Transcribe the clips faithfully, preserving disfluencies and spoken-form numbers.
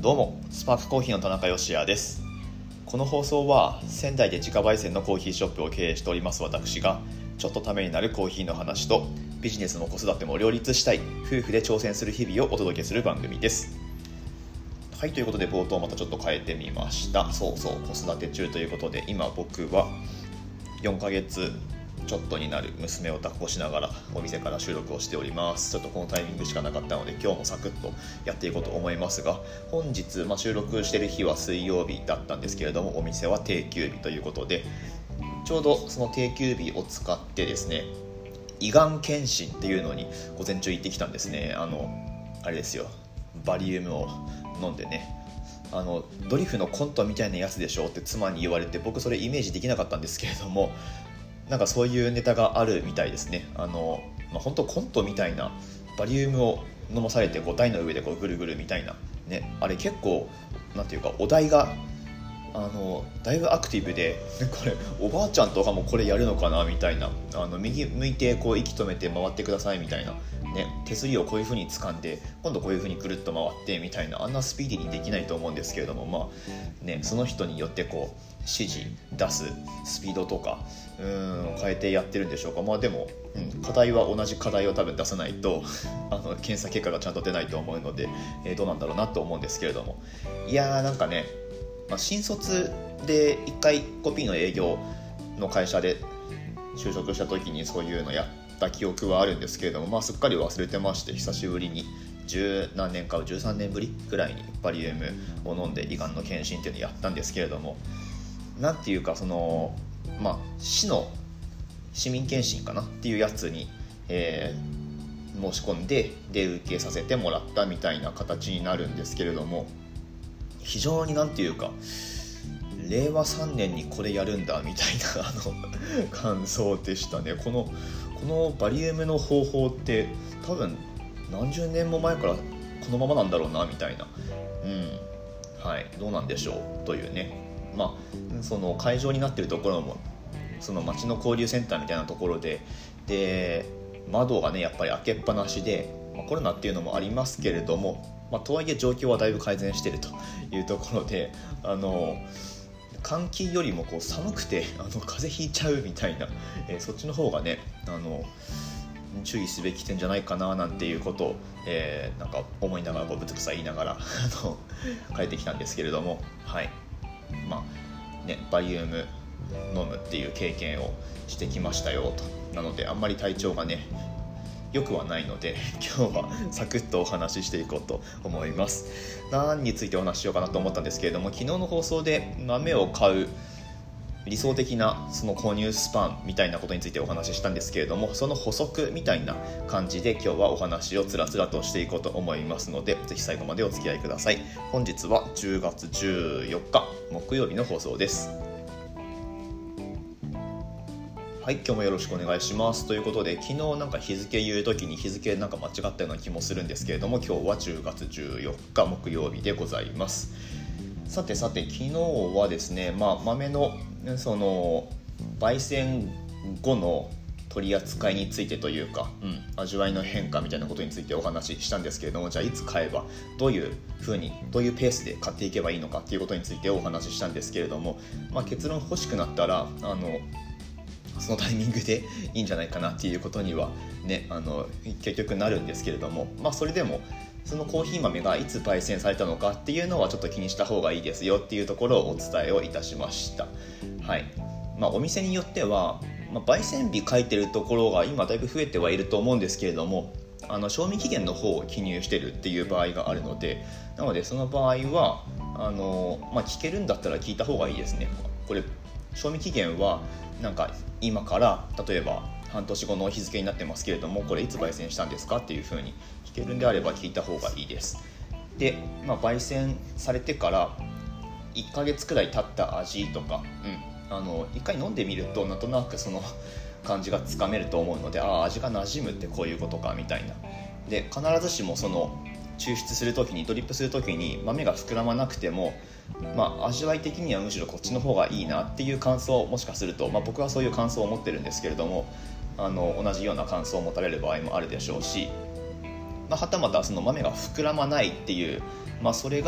どうもスパークコーヒーの田中芳也です。この放送は仙台で自家焙煎のコーヒーショップを経営しております私がちょっとためになるコーヒーの話とビジネスも子育ても両立したい夫婦で挑戦する日々をお届けする番組です。はい、ということで冒頭またちょっと変えてみました。そうそう子育て中ということで今僕はよんかげつちょっとになる娘を抱っこしながらお店から収録をしております。ちょっとこのタイミングしかなかったので今日もサクッとやっていこうと思いますが、本日、まあ、収録している日は水曜日だったんですけれどもお店は定休日ということで、ちょうどその定休日を使ってですね胃がん検診っていうのに午前中行ってきたんですね。あのあれですよ、バリウムを飲んでね、あのドリフのコントみたいなやつでしょって妻に言われて、僕それイメージできなかったんですけれども、なんかそういうネタがあるみたいですね。あの、まあ、本当コントみたいなバリウムを飲まされてこう台の上でこうぐるぐるみたいな、ね、あれ結構なんていうかお題があのだいぶアクティブで、これおばあちゃんとかもこれやるのかなみたいな、あの右向いてこう息止めて回ってくださいみたいな、ね、手すりをこういう風に掴んで今度こういう風にくるっと回ってみたいな、あんなスピーディーにできないと思うんですけれども、まあね、その人によってこう指示出すスピードとかうーん変えてやってるんでしょうか。まあでも、うん、課題は同じ課題を多分出さないとあの検査結果がちゃんと出ないと思うので、えー、どうなんだろうなと思うんですけれども、いやーなんかね、まあ、新卒でいっかいコピーの営業の会社で就職した時にそういうのやった記憶はあるんですけれども、まあ、すっかり忘れてまして、久しぶりに十何年かじゅうさんねんぶりくらいにバリウムを飲んで胃がんの検診っていうのをやったんですけれども、なんていうかその、まあ、市の市民検診かなっていうやつに、えー、申し込んでで受けさせてもらったみたいな形になるんですけれども、非常になんていうかれいわさんねんにこれやるんだみたいなあの感想でしたね。このこのバリウムの方法って多分何十年も前からこのままなんだろうなみたいな、うんはい、どうなんでしょうというね。まあその会場になっているところもその町の交流センターみたいなところで、で窓がねやっぱり開けっぱなしで、まあ、コロナっていうのもありますけれども、まあ、とはいえ状況はだいぶ改善しているというところで、あの換気よりもこう寒くてあの風邪ひいちゃうみたいな、えー、そっちの方がねあの注意すべき点じゃないかななんていうことを、えー、なんか思いながらこうぶつくさ言いながらあの帰ってきたんですけれども、はいまあねバリウム飲むっていう経験をしてきましたよと。なのであんまり体調がね良くはないので今日はサクッとお話ししていこうと思います。何についてお話ししようかなと思ったんですけれども、昨日の放送で豆を買う理想的なその購入スパンみたいなことについてお話ししたんですけれども、その補足みたいな感じで今日はお話をつらつらとしていこうと思いますので、ぜひ最後までお付き合いください。本日はじゅうがつじゅうよっか木曜日の放送です。はい、今日もよろしくお願いします。ということで、昨日なんか日付言うときに日付なんか間違ったような気もするんですけれども、今日はじゅうがつじゅうよっか木曜日でございます。さてさて、昨日はですね、まあ、豆のその焙煎後の取り扱いについてというか、うん、味わいの変化みたいなことについてお話ししたんですけれども、じゃあいつ買えばどういう風にどういうペースで買っていけばいいのかっていうことについてお話ししたんですけれども、まあ、結論欲しくなったらあのそのタイミングでいいんじゃないかなっていうことにはね、あの結局なるんですけれども、まあそれでもそのコーヒー豆がいつ焙煎されたのかっていうのはちょっと気にした方がいいですよっていうところをお伝えをいたしました。はい。まあお店によっては、まあ、焙煎日書いてるところが今だいぶ増えてはいると思うんですけれども、あの賞味期限の方を記入してるっていう場合があるので、なのでその場合はあの、まあ、聞けるんだったら聞いた方がいいですね。これ賞味期限はなんか今から例えば半年後の日付になってますけれども、これいつ焙煎したんですかっていう風に聞けるんであれば聞いた方がいいです。で、まあ、焙煎されてからいっかげつくらい経った味とか、うん、あのいっかい飲んでみるとなんとなくその感じがつかめると思うので、ああ味が馴染むってこういうことかみたいな。で必ずしもその抽出するときにドリップするときに豆が膨らまなくても、まあ、味わい的にはむしろこっちの方がいいなっていう感想をもしかすると、まあ、僕はそういう感想を持ってるんですけれども、あの同じような感想を持たれる場合もあるでしょうし、まあ、はたまたその豆が膨らまないっていう、まあ、それが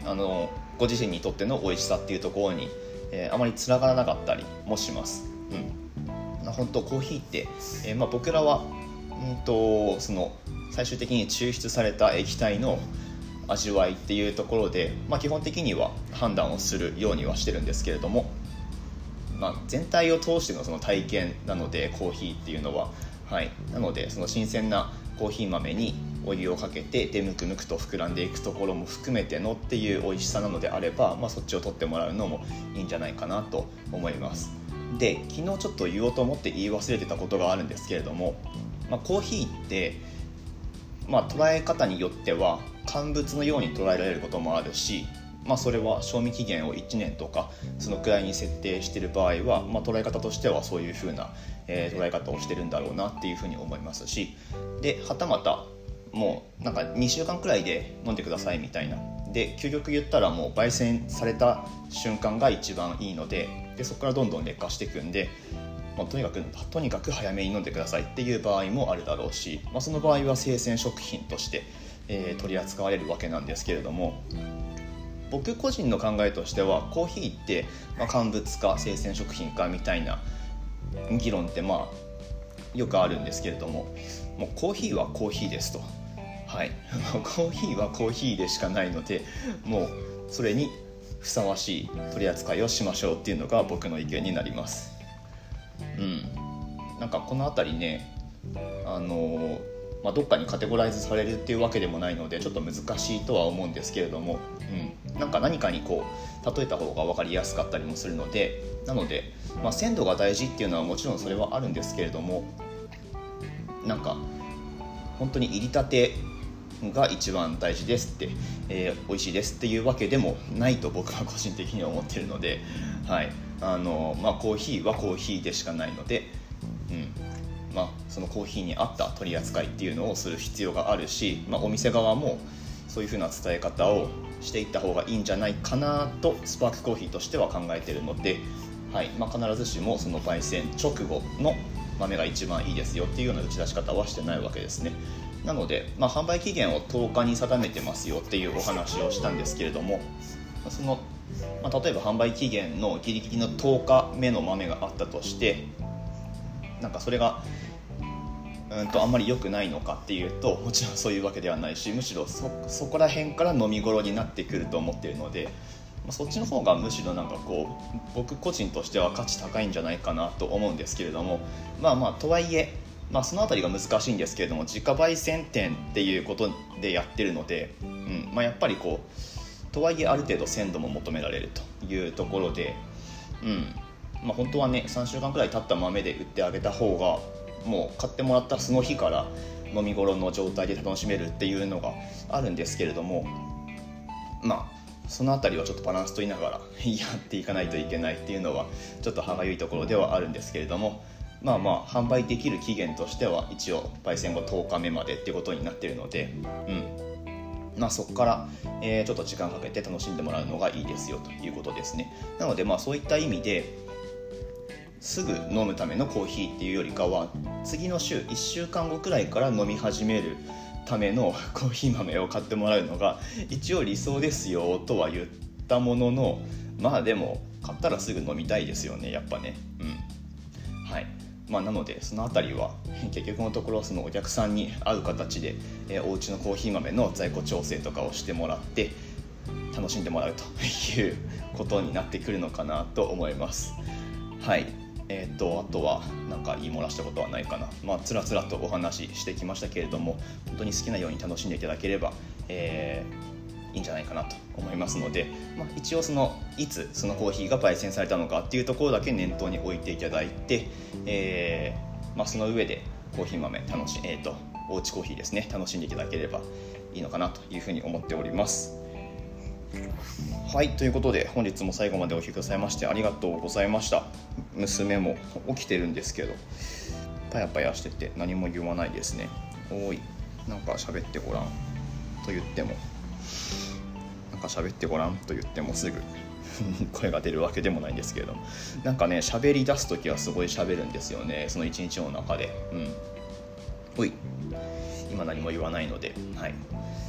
あのご自身にとっての美味しさっていうところに、えー、あまりつながらなかったりもします。うん、本当コーヒーって、えーまあ、僕らは、うんとその最終的に抽出された液体の味わいっていうところで、まあ、基本的には判断をするようにはしてるんですけれども、まあ、全体を通してのその体験なのでコーヒーっていうのは、はい、なのでその新鮮なコーヒー豆にお湯をかけてでむくむくと膨らんでいくところも含めてのっていう美味しさなのであれば、まあ、そっちを取ってもらうのもいいんじゃないかなと思います。で、昨日ちょっと言おうと思って言い忘れてたことがあるんですけれども、まあ、コーヒーって、まあ、捉え方によっては乾物のように捉えられることもあるし、まあ、それは賞味期限をいちねんとかそのくらいに設定している場合は、まあ、捉え方としてはそういう風な、えー、捉え方をしてるんだろうなっていうふうに思いますし、ではたまたもうなんかにしゅうかんくらいで飲んでくださいみたいな、で究極言ったらもう焙煎された瞬間が一番いいので、でそこからどんどん劣化していくんで、まあ、とにかくとにかく早めに飲んでくださいっていう場合もあるだろうし、まあ、その場合は生鮮食品として、えー、取り扱われるわけなんですけれども、僕個人の考えとしてはコーヒーって、まあ、乾物か生鮮食品かみたいな議論ってまあよくあるんですけれども、もうコーヒーはコーヒーですと、はい、コーヒーはコーヒーでしかないので、もうそれにふさわしい取り扱いをしましょうっていうのが僕の意見になります。うん、なんかこのあたりね、あのまあ、どっかにカテゴライズされるっていうわけでもないのでちょっと難しいとは思うんですけれども、うん、なんか何かにこう例えた方が分かりやすかったりもするので、なので、まあ、鮮度が大事っていうのはもちろんそれはあるんですけれども、なんか本当に入りたてが一番大事ですって、えー、美味しいですっていうわけでもないと僕は個人的には思っているので、はい、あのまあ、コーヒーはコーヒーでしかないので、うんまあ、そのコーヒーに合った取り扱いっていうのをする必要があるし、まあ、お店側もそういう風な伝え方をしていった方がいいんじゃないかなとスパークコーヒーとしては考えているので、はいまあ、必ずしもその焙煎直後の豆が一番いいですよっていうような打ち出し方はしてないわけですね。なので、まあ、販売期限をとおかに定めてますよっていうお話をしたんですけれども、その、まあ、例えば販売期限のギリギリのとおかめの豆があったとして、なんかそれがうんとあんまり良くないのかっていうと、もちろんそういうわけではないし、むしろ そ, そこら辺から飲み頃になってくると思っているので、そっちの方がむしろなんかこう僕個人としては価値高いんじゃないかなと思うんですけれども、まあまあとはいえ、まあ、そのあたりが難しいんですけれども、自家焙煎店っていうことでやってるので、うんまあ、やっぱりこうとはいえある程度鮮度も求められるというところで、うんまあ、本当はねさんしゅうかんくらい経った豆で売ってあげた方がもう買ってもらったその日から飲み頃の状態で楽しめるっていうのがあるんですけれども、まあそのあたりはちょっとバランス取りながらやっていかないといけないっていうのはちょっと歯がゆいところではあるんですけれども、まあまあ販売できる期限としては一応焙煎後とおかめまでっていうことになっているので、うんまあ、そこから、えー、ちょっと時間かけて楽しんでもらうのがいいですよということですね。なのでまあそういった意味ですぐ飲むためのコーヒーっていうよりかは、次の週いっしゅうかんごくらいから飲み始めるためのコーヒー豆を買ってもらうのが一応理想ですよとは言ったものの、まあでも買ったらすぐ飲みたいですよね、やっぱね。うんはいまあ、なのでそのあたりは結局のところそのお客さんに合う形で、えー、お家のコーヒー豆の在庫調整とかをしてもらって楽しんでもらうということになってくるのかなと思います。はいえー、とあとは何か言い漏らしたことはないかな。まあつらつらとお話ししてきましたけれども、本当に好きなように楽しんでいただければ、えー、いいんじゃないかなと思いますので、まあ、一応そのいつそのコーヒーが焙煎されたのかっていうところだけ念頭に置いていただいて、えーまあ、その上でコーヒー豆楽し、えー、とおうちコーヒーですね楽しんでいただければいいのかなというふうに思っております。はいということで本日も最後までお聞きくださいましてありがとうございました。娘も起きてるんですけどパヤパヤしてて何も言わないですね。おいなんか喋ってごらんと言ってもなんか喋ってごらんと言ってもすぐ声が出るわけでもないんですけれども、なんかね喋り出すときはすごい喋るんですよね、その一日の中で。うんおい今何も言わないので、はい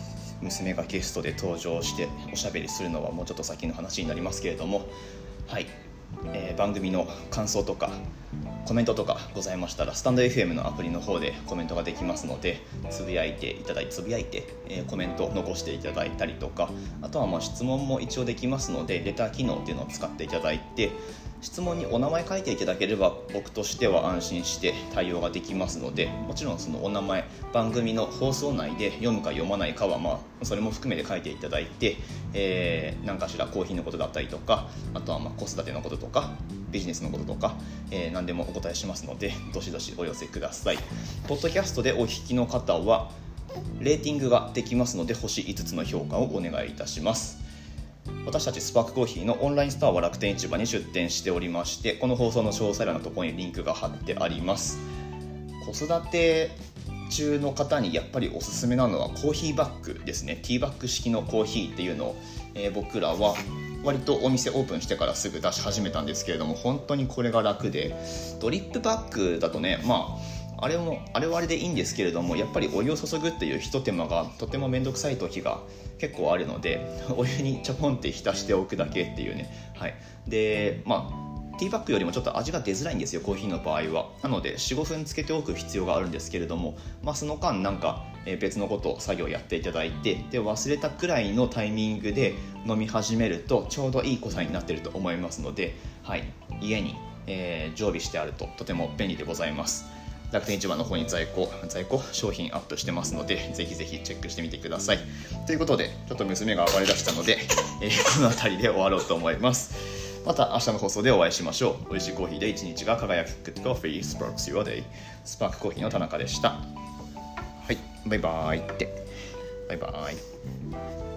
娘がゲストで登場しておしゃべりするのはもうちょっと先の話になりますけれども、はい、えー、番組の感想とかコメントとかございましたらスタンド エフエム のアプリの方でコメントができますので、つぶやいていただいてつぶやいて、えー、コメントを残していただいたりとか、あとはまあ質問も一応できますのでレター機能っていうのを使っていただいて、質問にお名前書いていただければ僕としては安心して対応ができますので、もちろんそのお名前番組の放送内で読むか読まないかはまあそれも含めて書いていただいて、えー、何かしらコーヒーのことだったりとか、あとはまあ子育てのこととかビジネスのこととか、えー、何でもお答えしますのでどしどしお寄せください。ポッドキャストでお聞きの方はレーティングができますので星いつつの評価をお願いいたします。私たちスパークコーヒーのオンラインストアは楽天市場に出店しておりまして、この放送の詳細欄のところにリンクが貼ってあります。子育て中の方にやっぱりおすすめなのはコーヒーバッグですね。ティーバッグ式のコーヒーっていうのを、えー、僕らは割とお店オープンしてからすぐ出し始めたんですけれども、本当にこれが楽で、ドリップバッグだとね、まああれもあれはあれでいいんですけれども、やっぱりお湯を注ぐっていうひと手間がとてもめんどくさい時が結構あるので、お湯にちょこんって浸しておくだけっていうね、はい、でまあティーバッグよりもちょっと味が出づらいんですよ、コーヒーの場合は。なので よん、ごふんつけておく必要があるんですけれども、まあ、その間なんか別のことを作業やっていただいて、で忘れたくらいのタイミングで飲み始めるとちょうどいい濃さになっていると思いますので、はい、家に、えー、常備してあるととても便利でございます。楽天市場の方に在庫、在庫商品アップしてますので、ぜひぜひチェックしてみてください。ということで、ちょっと娘が暴れ出したので、えー、この辺りで終わろうと思います。また明日の放送でお会いしましょう。美味しいコーヒーで一日が輝く Good Coffee Sparks Your Day。スパークコーヒーの田中でした。はい、バイバイって。バイバイ。